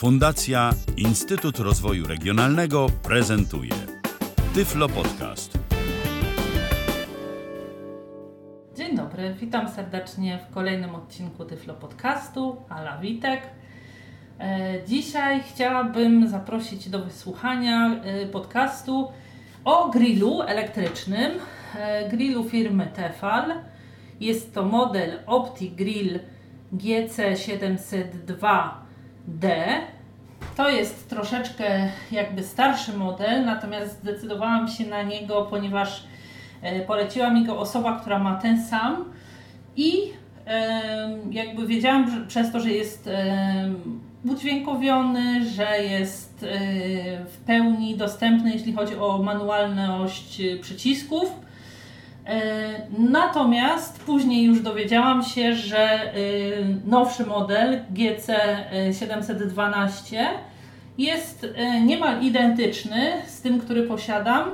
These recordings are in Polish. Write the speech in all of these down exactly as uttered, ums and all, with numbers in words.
Fundacja Instytut Rozwoju Regionalnego prezentuje Tyflo Podcast. Dzień dobry, witam serdecznie w kolejnym odcinku Tyflo Podcastu. Ala Witek. Dzisiaj chciałabym zaprosić do wysłuchania podcastu o grillu elektrycznym, grillu firmy Tefal. Jest to model OptiGrill G C siedemset dwa D. To jest troszeczkę jakby starszy model, natomiast zdecydowałam się na niego, ponieważ poleciła mi go osoba, która ma ten sam i jakby wiedziałam, że przez to, że jest udźwiękowiony, że jest w pełni dostępny, jeśli chodzi o manualność przycisków. Natomiast później już dowiedziałam się, że nowszy model G C siedemset dwanaście jest niemal identyczny z tym, który posiadam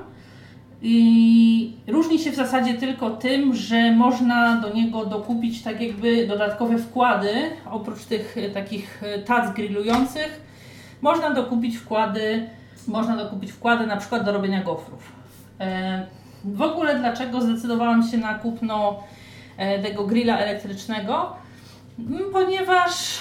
i różni się w zasadzie tylko tym, że można do niego dokupić tak jakby dodatkowe wkłady. Oprócz tych takich tac grillujących można dokupić wkłady, można dokupić wkłady na przykład do robienia gofrów. W ogóle dlaczego zdecydowałam się na kupno tego grilla elektrycznego? Ponieważ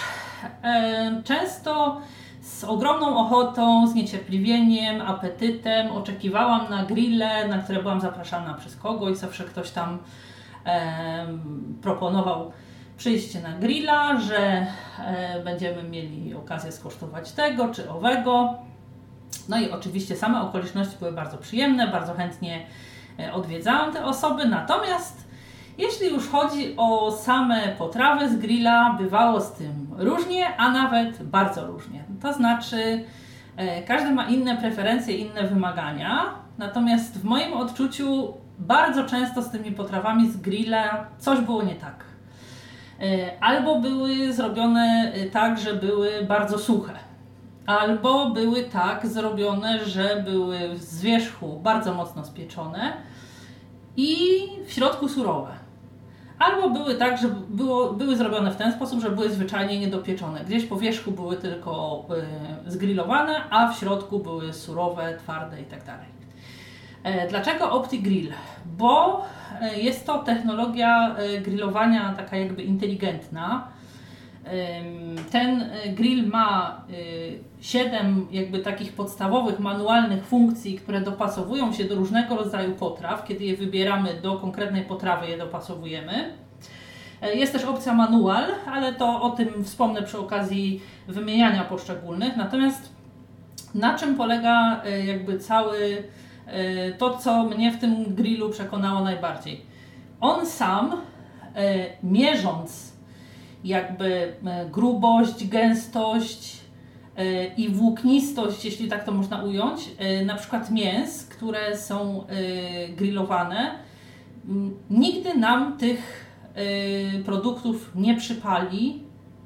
często z ogromną ochotą, z niecierpliwieniem, apetytem oczekiwałam na grille, na które byłam zapraszana przez kogoś. Zawsze ktoś tam e, proponował przyjście na grilla, że e, będziemy mieli okazję skosztować tego czy owego. No i oczywiście same okoliczności były bardzo przyjemne, bardzo chętnie odwiedzałam te osoby, natomiast jeśli już chodzi o same potrawy z grilla, bywało z tym różnie, a nawet bardzo różnie. To znaczy e, każdy ma inne preferencje, inne wymagania, natomiast w moim odczuciu bardzo często z tymi potrawami z grilla coś było nie tak. E, albo były zrobione tak, że były bardzo suche. Albo były tak zrobione, że były z wierzchu bardzo mocno spieczone i w środku surowe. Albo były tak, że było, były zrobione w ten sposób, że były zwyczajnie niedopieczone. Gdzieś po wierzchu były tylko y, zgrillowane, a w środku były surowe, twarde itd. E, dlaczego OptiGrill? Bo jest to technologia grillowania taka jakby inteligentna. Ten grill ma siedem jakby takich podstawowych manualnych funkcji, które dopasowują się do różnego rodzaju potraw. Kiedy je wybieramy do konkretnej potrawy, je dopasowujemy. Jest też opcja manual, ale to o tym wspomnę przy okazji wymieniania poszczególnych. Natomiast na czym polega jakby cały to, co mnie w tym grillu przekonało najbardziej? On sam, mierząc jakby grubość, gęstość i włóknistość, jeśli tak to można ująć, na przykład mięs, które są grillowane, nigdy nam tych produktów nie przypali,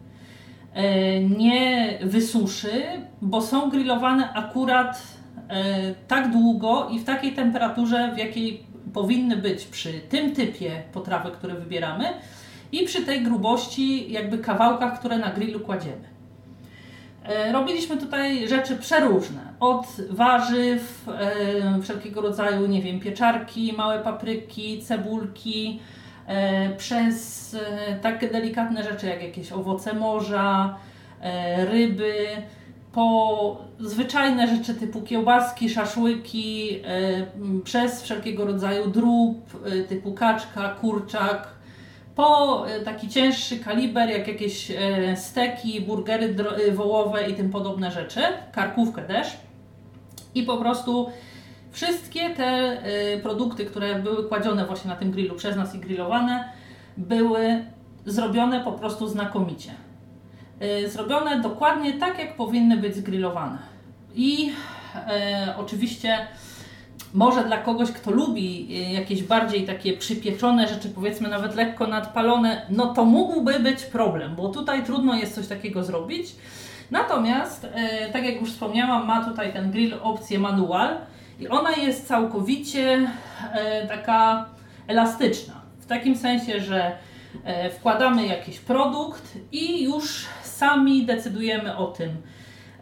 nie wysuszy, bo są grillowane akurat tak długo i w takiej temperaturze, w jakiej powinny być przy tym typie potrawy, które wybieramy, i przy tej grubości jakby kawałkach, które na grillu kładziemy. E, robiliśmy tutaj rzeczy przeróżne. Od warzyw, e, wszelkiego rodzaju, nie wiem, pieczarki, małe papryki, cebulki, e, przez e, takie delikatne rzeczy jak jakieś owoce morza, e, ryby, po zwyczajne rzeczy typu kiełbaski, szaszłyki, e, przez wszelkiego rodzaju drób e, typu kaczka, kurczak, po taki cięższy kaliber, jak jakieś steki, burgery wołowe i tym podobne rzeczy, karkówkę też. I po prostu wszystkie te produkty, które były kładzione właśnie na tym grillu przez nas i grillowane, były zrobione po prostu znakomicie. Zrobione dokładnie tak, jak powinny być zgrillowane. I e, oczywiście może dla kogoś, kto lubi jakieś bardziej takie przypieczone rzeczy, powiedzmy nawet lekko nadpalone, no to mógłby być problem, bo tutaj trudno jest coś takiego zrobić. Natomiast, e, tak jak już wspomniałam, ma tutaj ten grill opcję manual i ona jest całkowicie e, taka elastyczna. W takim sensie, że e, wkładamy jakiś produkt i już sami decydujemy o tym,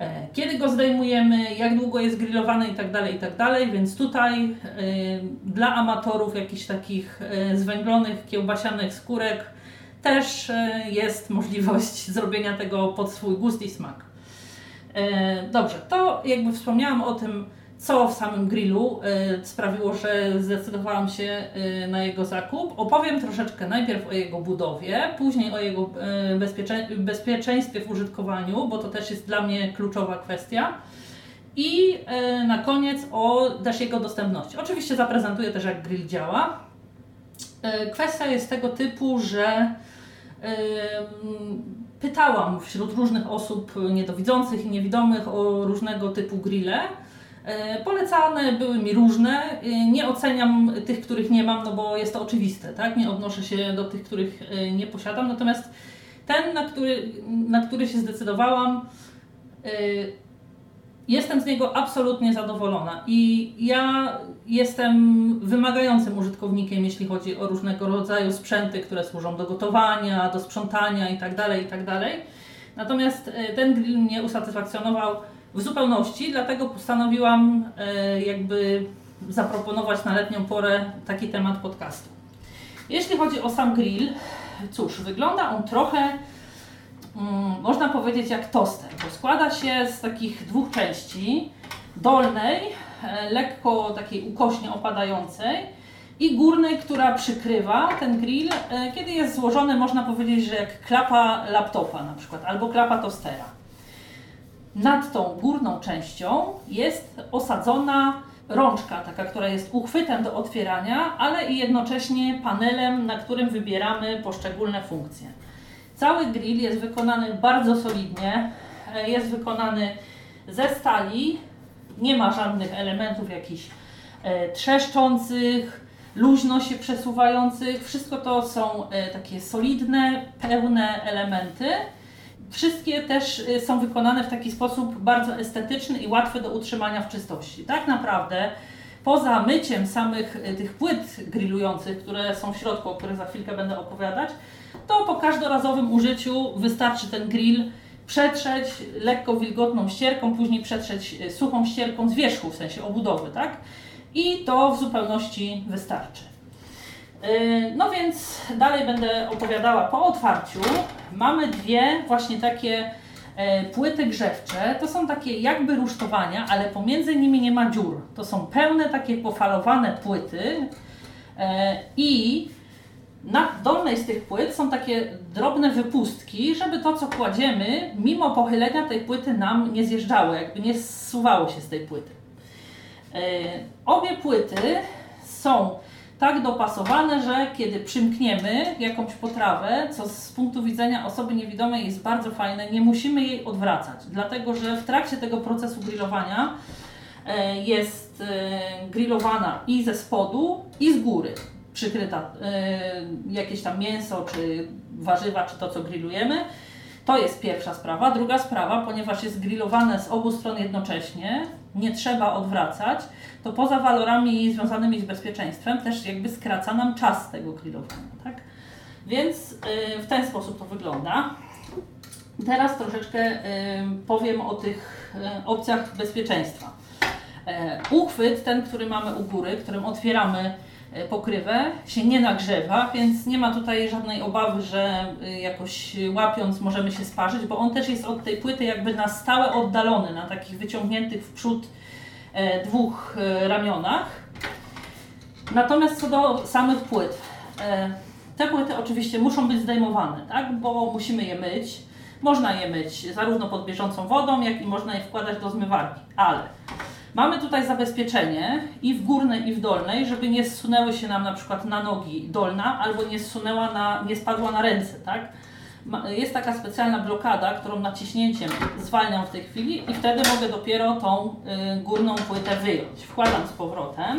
kiedy go zdejmujemy, jak długo jest grillowany i tak dalej, i tak dalej, więc tutaj y, dla amatorów jakichś takich y, zwęglonych, kiełbasianych skórek też y, jest możliwość zrobienia tego pod swój gust i smak. Y, dobrze, to jakby wspomniałam o tym, co w samym grillu y, sprawiło, że zdecydowałam się y, na jego zakup. Opowiem troszeczkę najpierw o jego budowie, później o jego y, bezpiecze bezpieczeństwie w użytkowaniu, bo to też jest dla mnie kluczowa kwestia. I y, na koniec o też jego dostępności. Oczywiście zaprezentuję też, jak grill działa. Y, kwestia jest tego typu, że y, pytałam wśród różnych osób niedowidzących i niewidomych o różnego typu grille. Polecane były mi różne, nie oceniam tych, których nie mam, no bo jest to oczywiste, tak? Nie odnoszę się do tych, których nie posiadam, natomiast ten, na który, na który się zdecydowałam, jestem z niego absolutnie zadowolona i ja jestem wymagającym użytkownikiem, jeśli chodzi o różnego rodzaju sprzęty, które służą do gotowania, do sprzątania itd., itd. Natomiast ten grill mnie usatysfakcjonował w zupełności, dlatego postanowiłam e, jakby zaproponować na letnią porę taki temat podcastu. Jeśli chodzi o sam grill, cóż, wygląda on trochę, mm, można powiedzieć, jak toster, bo składa się z takich dwóch części, dolnej, e, lekko takiej ukośnie opadającej i górnej, która przykrywa ten grill, e, kiedy jest złożony, można powiedzieć, że jak klapa laptopa na przykład, albo klapa tostera. Nad tą górną częścią jest osadzona rączka, taka, która jest uchwytem do otwierania, ale i jednocześnie panelem, na którym wybieramy poszczególne funkcje. Cały grill jest wykonany bardzo solidnie, jest wykonany ze stali, nie ma żadnych elementów jakichś e, trzeszczących, luźno się przesuwających, wszystko to są e, takie solidne, pełne elementy. Wszystkie też są wykonane w taki sposób bardzo estetyczny i łatwy do utrzymania w czystości. Tak naprawdę poza myciem samych tych płyt grillujących, które są w środku, o których za chwilkę będę opowiadać, to po każdorazowym użyciu wystarczy ten grill przetrzeć lekko wilgotną ścierką, później przetrzeć suchą ścierką z wierzchu, w sensie obudowy, tak? I to w zupełności wystarczy. No więc dalej będę opowiadała po otwarciu. Mamy dwie właśnie takie e, płyty grzewcze. To są takie jakby rusztowania, ale pomiędzy nimi nie ma dziur. To są pełne takie pofalowane płyty e, i na dolnej z tych płyt są takie drobne wypustki, żeby to, co kładziemy, mimo pochylenia tej płyty nam nie zjeżdżało, jakby nie zsuwało się z tej płyty. E, obie płyty są tak dopasowane, że kiedy przymkniemy jakąś potrawę, co z punktu widzenia osoby niewidomej jest bardzo fajne, nie musimy jej odwracać, dlatego że w trakcie tego procesu grillowania e, jest e, grillowana i ze spodu, i z góry przykryta e, jakieś tam mięso, czy warzywa, czy to, co grillujemy. To jest pierwsza sprawa. Druga sprawa, ponieważ jest grillowane z obu stron jednocześnie, nie trzeba odwracać, to poza walorami związanymi z bezpieczeństwem też jakby skraca nam czas tego grillowania, tak? Więc yy, w ten sposób to wygląda. Teraz troszeczkę yy, powiem o tych yy, opcjach bezpieczeństwa. Yy, uchwyt, ten, który mamy u góry, którym otwieramy yy, pokrywę, się nie nagrzewa, więc nie ma tutaj żadnej obawy, że yy, jakoś łapiąc możemy się sparzyć, bo on też jest od tej płyty jakby na stałe oddalony, na takich wyciągniętych w przód yy, dwóch yy, ramionach. Natomiast co do samych płyt, yy, te płyty oczywiście muszą być zdejmowane, tak? Bo musimy je myć. Można je myć zarówno pod bieżącą wodą, jak i można je wkładać do zmywarki, ale mamy tutaj zabezpieczenie i w górnej, i w dolnej, żeby nie zsunęły się nam na przykład na nogi dolna, albo nie zsunęła na, nie spadła na ręce, tak? Jest taka specjalna blokada, którą naciśnięciem zwalniam w tej chwili i wtedy mogę dopiero tą y, górną płytę wyjąć. Wkładam z powrotem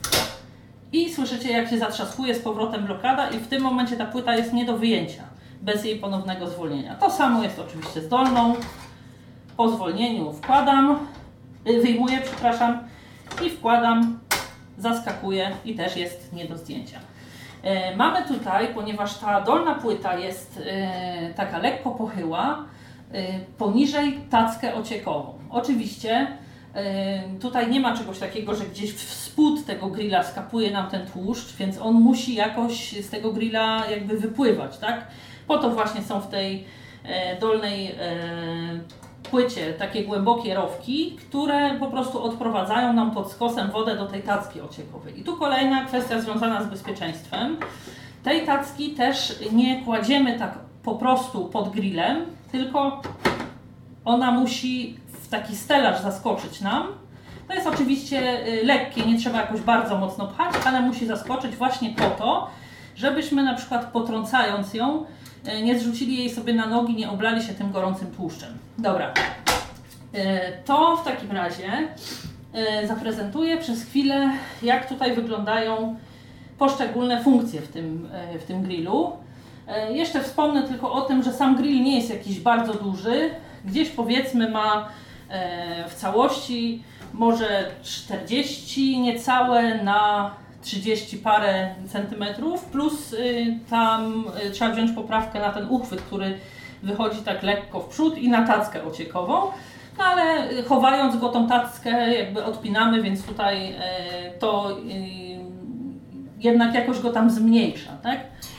i słyszycie, jak się zatrzaskuje z powrotem blokada i w tym momencie ta płyta jest nie do wyjęcia, bez jej ponownego zwolnienia. To samo jest oczywiście z dolną. Po zwolnieniu wkładam, wyjmuję, przepraszam, i wkładam, zaskakuję i też jest nie do zdjęcia. E, mamy tutaj, ponieważ ta dolna płyta jest e, taka lekko pochyła, poniżej tackę ociekową. Oczywiście tutaj nie ma czegoś takiego, że gdzieś w spód tego grilla skapuje nam ten tłuszcz, więc on musi jakoś z tego grilla jakby wypływać, tak? Po to właśnie są w tej dolnej płycie takie głębokie rowki, które po prostu odprowadzają nam pod skosem wodę do tej tacki ociekowej. I tu kolejna kwestia związana z bezpieczeństwem. Tej tacki też nie kładziemy tak po prostu pod grillem, tylko ona musi w taki stelaż zaskoczyć nam. To jest oczywiście lekkie, nie trzeba jakoś bardzo mocno pchać, ale musi zaskoczyć właśnie po to, żebyśmy na przykład potrącając ją nie zrzucili jej sobie na nogi, nie oblali się tym gorącym tłuszczem. Dobra, to w takim razie zaprezentuję przez chwilę, jak tutaj wyglądają poszczególne funkcje w tym, w tym grillu. Jeszcze wspomnę tylko o tym, że sam grill nie jest jakiś bardzo duży. Gdzieś powiedzmy ma w całości może czterdzieści niecałe na trzydzieści parę centymetrów, plus y, tam y, trzeba wziąć poprawkę na ten uchwyt, który wychodzi tak lekko w przód i na tackę ociekową, no ale chowając go tą tackę jakby odpinamy, więc tutaj y, to y, jednak jakoś go tam zmniejsza, tak?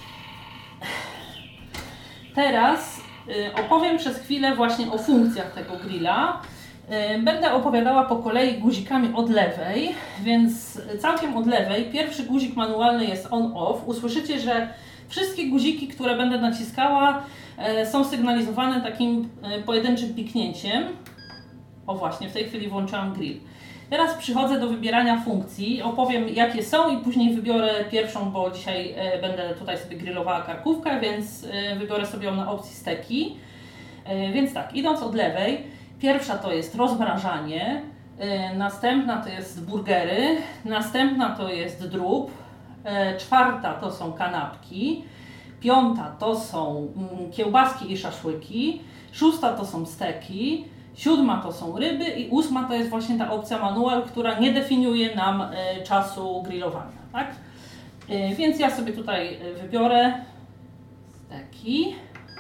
Teraz y, opowiem przez chwilę właśnie o funkcjach tego grilla. Będę opowiadała po kolei guzikami od lewej, więc całkiem od lewej. Pierwszy guzik manualny jest on-off. Usłyszycie, że wszystkie guziki, które będę naciskała, są sygnalizowane takim pojedynczym piknięciem. O właśnie, w tej chwili włączyłam grill. Teraz przychodzę do wybierania funkcji, opowiem jakie są i później wybiorę pierwszą, bo dzisiaj będę tutaj sobie grillowała karkówkę, więc wybiorę sobie ją na opcji steki. Więc tak, idąc od lewej, pierwsza to jest rozmrażanie, yy, następna to jest burgery, następna to jest drób, yy, czwarta to są kanapki, piąta to są yy, kiełbaski i szaszłyki, szósta to są steki, siódma to są ryby i ósma to jest właśnie ta opcja manual, która nie definiuje nam yy, czasu grillowania, tak? Yy, więc ja sobie tutaj wybiorę steki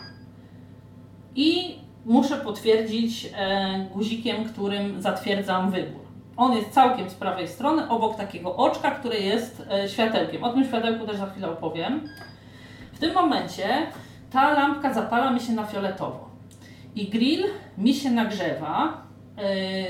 i muszę potwierdzić e, guzikiem, którym zatwierdzam wybór. On jest całkiem z prawej strony, obok takiego oczka, które jest e, światełkiem. O tym światełku też za chwilę opowiem. W tym momencie ta lampka zapala mi się na fioletowo. I grill mi się nagrzewa e,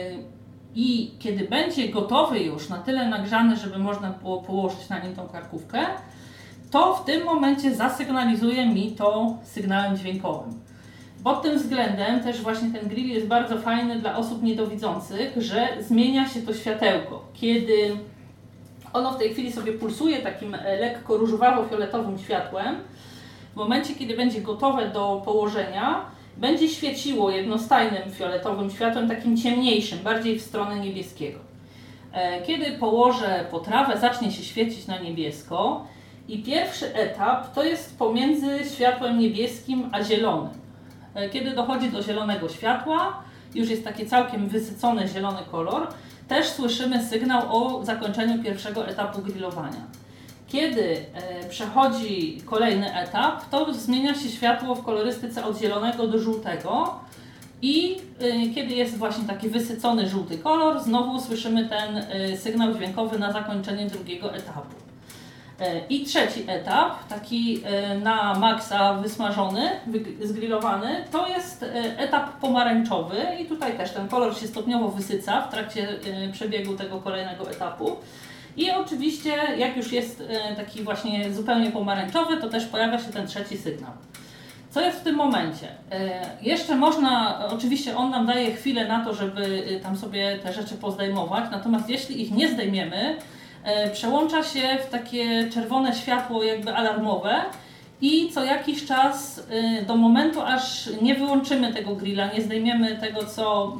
i kiedy będzie gotowy już, na tyle nagrzany, żeby można było położyć na nim tą karkówkę, to w tym momencie zasygnalizuje mi to sygnałem dźwiękowym. Pod tym względem też właśnie ten grill jest bardzo fajny dla osób niedowidzących, że zmienia się to światełko. Kiedy ono w tej chwili sobie pulsuje takim lekko różowawo-fioletowym światłem, w momencie kiedy będzie gotowe do położenia, będzie świeciło jednostajnym fioletowym światłem, takim ciemniejszym, bardziej w stronę niebieskiego. Kiedy położę potrawę, zacznie się świecić na niebiesko i pierwszy etap to jest pomiędzy światłem niebieskim a zielonym. Kiedy dochodzi do zielonego światła, już jest taki całkiem wysycony zielony kolor, też słyszymy sygnał o zakończeniu pierwszego etapu grillowania. Kiedy e, przechodzi kolejny etap, to zmienia się światło w kolorystyce od zielonego do żółtego i e, kiedy jest właśnie taki wysycony żółty kolor, znowu słyszymy ten e, sygnał dźwiękowy na zakończenie drugiego etapu. I trzeci etap, taki na maksa wysmażony, zgrillowany, to jest etap pomarańczowy i tutaj też ten kolor się stopniowo wysyca w trakcie przebiegu tego kolejnego etapu. I oczywiście jak już jest taki właśnie zupełnie pomarańczowy, to też pojawia się ten trzeci sygnał. Co jest w tym momencie? Jeszcze można, oczywiście on nam daje chwilę na to, żeby tam sobie te rzeczy pozdejmować, natomiast jeśli ich nie zdejmiemy, przełącza się w takie czerwone światło jakby alarmowe i co jakiś czas do momentu, aż nie wyłączymy tego grilla, nie zdejmiemy tego, co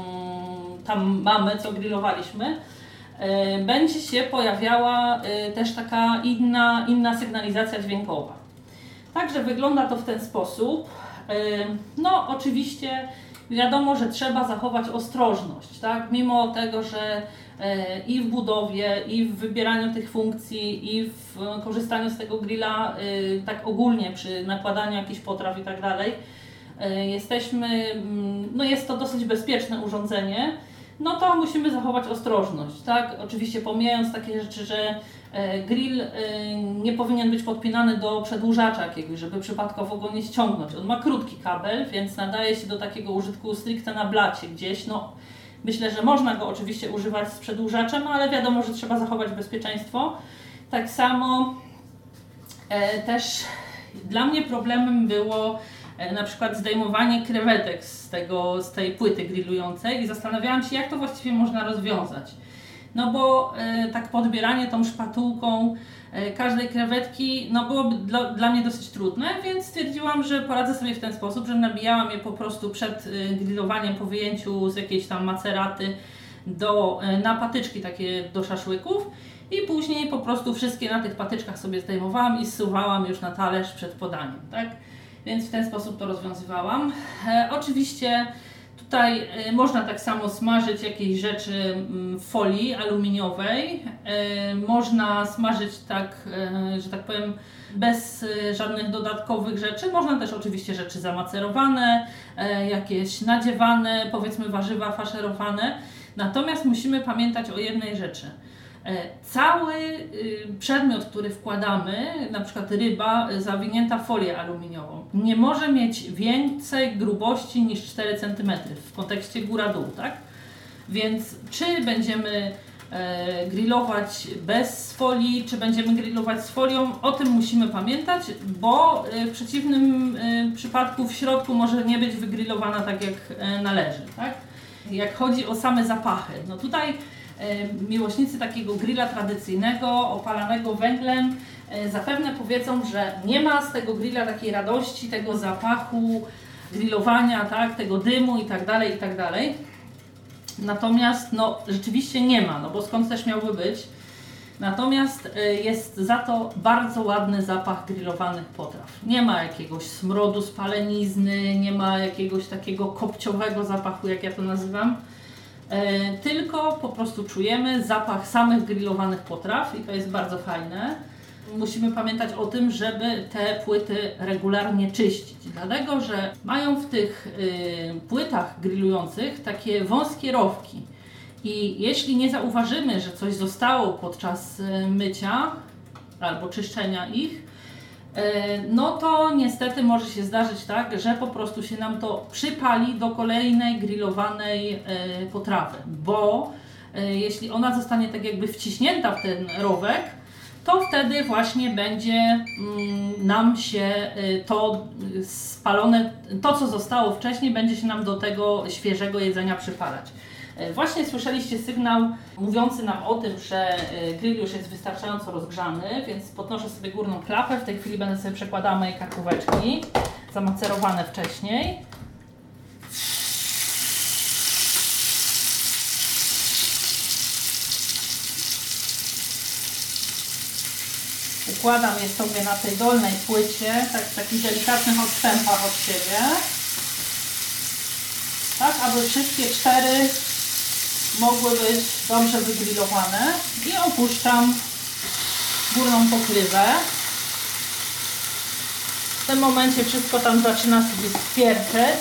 tam mamy, co grillowaliśmy, będzie się pojawiała też taka inna, inna sygnalizacja dźwiękowa. Także wygląda to w ten sposób. No oczywiście wiadomo, że trzeba zachować ostrożność, tak? Mimo tego, że i w budowie, i w wybieraniu tych funkcji, i w korzystaniu z tego grilla tak ogólnie przy nakładaniu jakichś potraw i tak dalej, jesteśmy, no jest to dosyć bezpieczne urządzenie, no to musimy zachować ostrożność, tak? Oczywiście pomijając takie rzeczy, że grill nie powinien być podpinany do przedłużacza jakiegoś, żeby przypadkowo go nie ściągnąć. On ma krótki kabel, więc nadaje się do takiego użytku stricte na blacie gdzieś. No, myślę, że można go oczywiście używać z przedłużaczem, ale wiadomo, że trzeba zachować bezpieczeństwo. Tak samo e, też dla mnie problemem było e, na przykład zdejmowanie krewetek z, tego, z tej płyty grillującej i zastanawiałam się, jak to właściwie można rozwiązać. No bo e, tak podbieranie tą szpatułką e, każdej krewetki no byłoby dla, dla mnie dosyć trudne, więc stwierdziłam, że poradzę sobie w ten sposób, że nabijałam je po prostu przed e, grillowaniem po wyjęciu z jakiejś tam maceraty do, e, na patyczki takie do szaszłyków i później po prostu wszystkie na tych patyczkach sobie zdejmowałam i zsuwałam już na talerz przed podaniem, tak? Więc w ten sposób to rozwiązywałam. E, oczywiście tutaj y, można tak samo smażyć jakieś rzeczy w folii aluminiowej. Y, można smażyć tak, y, że tak powiem, bez y, żadnych dodatkowych rzeczy. Można też oczywiście rzeczy zamacerowane, y, jakieś nadziewane, powiedzmy warzywa faszerowane. Natomiast musimy pamiętać o jednej rzeczy. Cały przedmiot, który wkładamy, na przykład ryba zawinięta w folię aluminiową, nie może mieć więcej grubości niż cztery centymetry w kontekście góra-dół, tak? Więc czy będziemy e, grillować bez folii, czy będziemy grillować z folią, o tym musimy pamiętać, bo e, w przeciwnym e, przypadku w środku może nie być wygrillowana tak jak e, należy, tak? Jak chodzi o same zapachy, no tutaj miłośnicy takiego grilla tradycyjnego, opalanego węglem, zapewne powiedzą, że nie ma z tego grilla takiej radości, tego zapachu, grillowania, tak, tego dymu i tak dalej, i tak dalej. Natomiast no, rzeczywiście nie ma, no bo skąd też miałby być. Natomiast jest za to bardzo ładny zapach grillowanych potraw. Nie ma jakiegoś smrodu spalenizny, nie ma jakiegoś takiego kopciowego zapachu, jak ja to nazywam. E, tylko po prostu czujemy zapach samych grillowanych potraw i to jest bardzo fajne. Musimy pamiętać o tym, żeby te płyty regularnie czyścić, dlatego że mają w tych y, płytach grillujących takie wąskie rowki i jeśli nie zauważymy, że coś zostało podczas y, mycia albo czyszczenia ich, no to niestety może się zdarzyć tak, że po prostu się nam to przypali do kolejnej grillowanej potrawy, bo jeśli ona zostanie tak jakby wciśnięta w ten rowek, to wtedy właśnie będzie nam się to spalone, to co zostało wcześniej, będzie się nam do tego świeżego jedzenia przypalać. Właśnie słyszeliście sygnał mówiący nam o tym, że grill już jest wystarczająco rozgrzany, więc podnoszę sobie górną klapę. W tej chwili będę sobie przekładała moje karkóweczki, zamacerowane wcześniej. Układam je sobie na tej dolnej płycie, tak w takich delikatnych odstępach od siebie, tak aby wszystkie cztery mogły być dobrze wygrillowane i opuszczam górną pokrywę. W tym momencie wszystko tam zaczyna sobie skwierczeć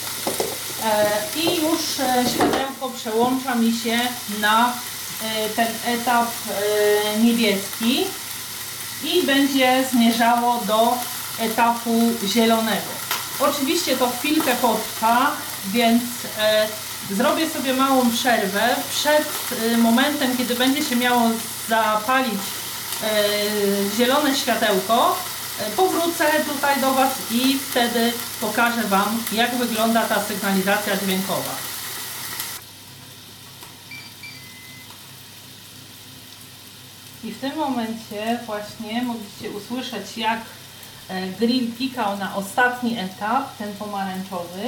i już światełko przełącza mi się na ten etap niebieski i będzie zmierzało do etapu zielonego. Oczywiście to chwilkę potrwa, więc zrobię sobie małą przerwę przed momentem, kiedy będzie się miało zapalić zielone światełko. Powrócę tutaj do Was i wtedy pokażę Wam, jak wygląda ta sygnalizacja dźwiękowa. I w tym momencie właśnie mogliście usłyszeć, jak grill pikał na ostatni etap, ten pomarańczowy.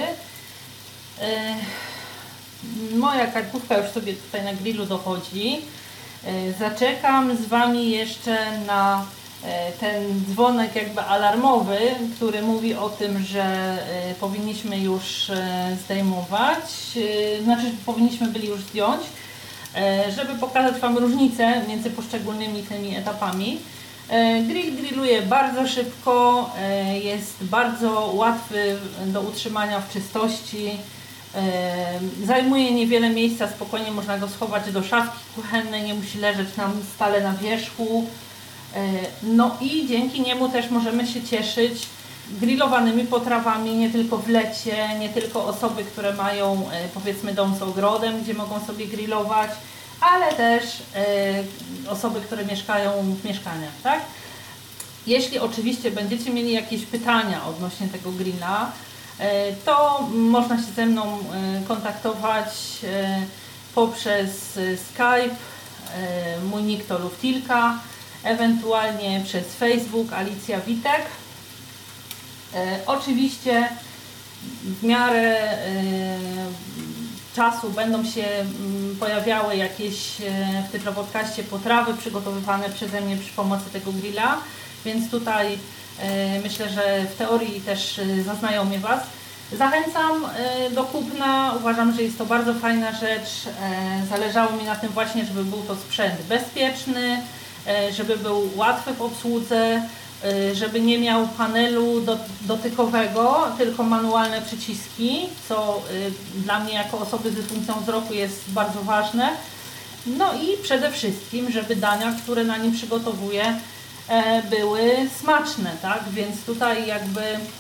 Moja karkówka już sobie tutaj na grillu dochodzi. Zaczekam z Wami jeszcze na ten dzwonek jakby alarmowy, który mówi o tym, że powinniśmy już zdejmować, znaczy powinniśmy byli już zdjąć, żeby pokazać Wam różnicę między poszczególnymi tymi etapami. Grill grilluje bardzo szybko, jest bardzo łatwy do utrzymania w czystości, zajmuje niewiele miejsca, spokojnie można go schować do szafki kuchennej, nie musi leżeć nam stale na wierzchu. No i dzięki niemu też możemy się cieszyć grillowanymi potrawami nie tylko w lecie, nie tylko osoby, które mają powiedzmy dom z ogrodem, gdzie mogą sobie grillować, ale też e, osoby, które mieszkają w mieszkaniach, tak? Jeśli oczywiście będziecie mieli jakieś pytania odnośnie tego grilla, e, to można się ze mną e, kontaktować e, poprzez Skype, e, mój nick to Luftilka, ewentualnie przez Facebook Alicja Witek. E, oczywiście w miarę e, czasu będą się pojawiały jakieś w Tyflo Podcaście potrawy przygotowywane przeze mnie przy pomocy tego grilla, więc tutaj myślę, że w teorii też zaznajomię Was. Zachęcam do kupna, uważam, że jest to bardzo fajna rzecz. Zależało mi na tym właśnie, żeby był to sprzęt bezpieczny, żeby był łatwy w obsłudze, żeby nie miał panelu dotykowego, tylko manualne przyciski, co dla mnie jako osoby z dysfunkcją wzroku jest bardzo ważne. No i przede wszystkim, żeby dania, które na nim przygotowuję, były smaczne, tak? Więc tutaj jakby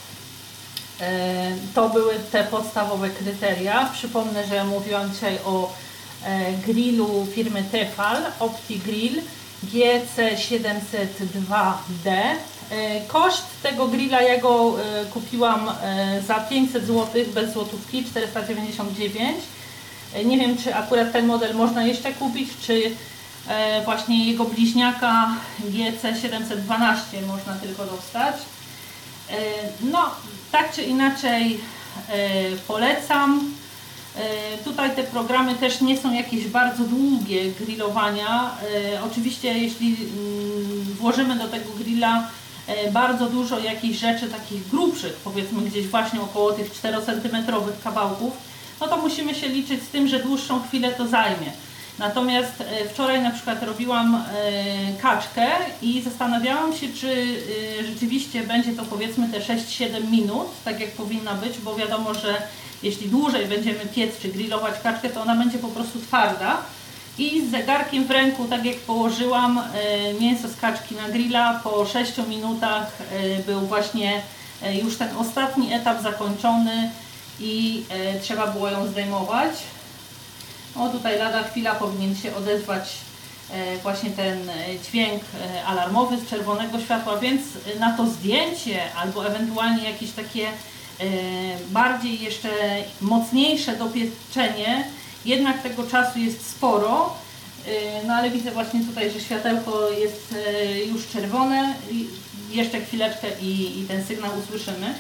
to były te podstawowe kryteria. Przypomnę, że mówiłam dzisiaj o grillu firmy Tefal, OptiGrill G C siedemset dwa D. Koszt tego grilla ja go kupiłam za pięćset złotych bez złotówki, czterysta dziewięćdziesiąt dziewięć. Nie wiem, czy akurat ten model można jeszcze kupić, czy właśnie jego bliźniaka G C siedemset dwanaście można tylko dostać. No, tak czy inaczej polecam. Tutaj te programy też nie są jakieś bardzo długie grillowania. Oczywiście jeśli włożymy do tego grilla bardzo dużo jakichś rzeczy takich grubszych, powiedzmy gdzieś właśnie około tych czterocentymetrowych kawałków, no to musimy się liczyć z tym, że dłuższą chwilę to zajmie. Natomiast wczoraj na przykład robiłam kaczkę i zastanawiałam się, czy rzeczywiście będzie to powiedzmy te sześć siedem minut, tak jak powinna być, bo wiadomo, że jeśli dłużej będziemy piec czy grillować kaczkę, to ona będzie po prostu twarda. I z zegarkiem w ręku, tak jak położyłam mięso z kaczki na grilla, po sześciu minutach był właśnie już ten ostatni etap zakończony i trzeba było ją zdejmować. O, tutaj lada chwila powinien się odezwać właśnie ten dźwięk alarmowy z czerwonego światła, więc na to zdjęcie albo ewentualnie jakieś takie bardziej jeszcze mocniejsze dopieczenie, jednak tego czasu jest sporo, no ale widzę właśnie tutaj, że światełko jest już czerwone, jeszcze chwileczkę i, i ten sygnał usłyszymy.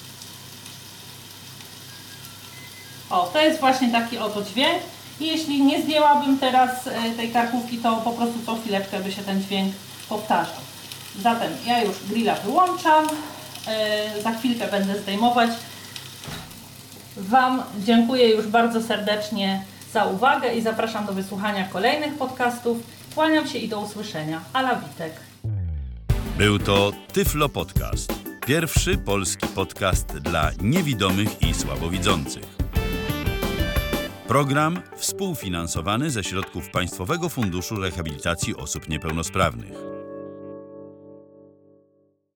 O, to jest właśnie taki oto dźwięk i jeśli nie zdjęłabym teraz tej karkówki, to po prostu co chwileczkę by się ten dźwięk powtarzał. Zatem ja już grilla wyłączam, za chwilkę będę zdejmować. Wam dziękuję już bardzo serdecznie za uwagę i zapraszam do wysłuchania kolejnych podcastów. Kłaniam się i do usłyszenia. Ala Witek. Był to Tyflo Podcast. Pierwszy polski podcast dla niewidomych i słabowidzących. Program współfinansowany ze środków Państwowego Funduszu Rehabilitacji Osób Niepełnosprawnych.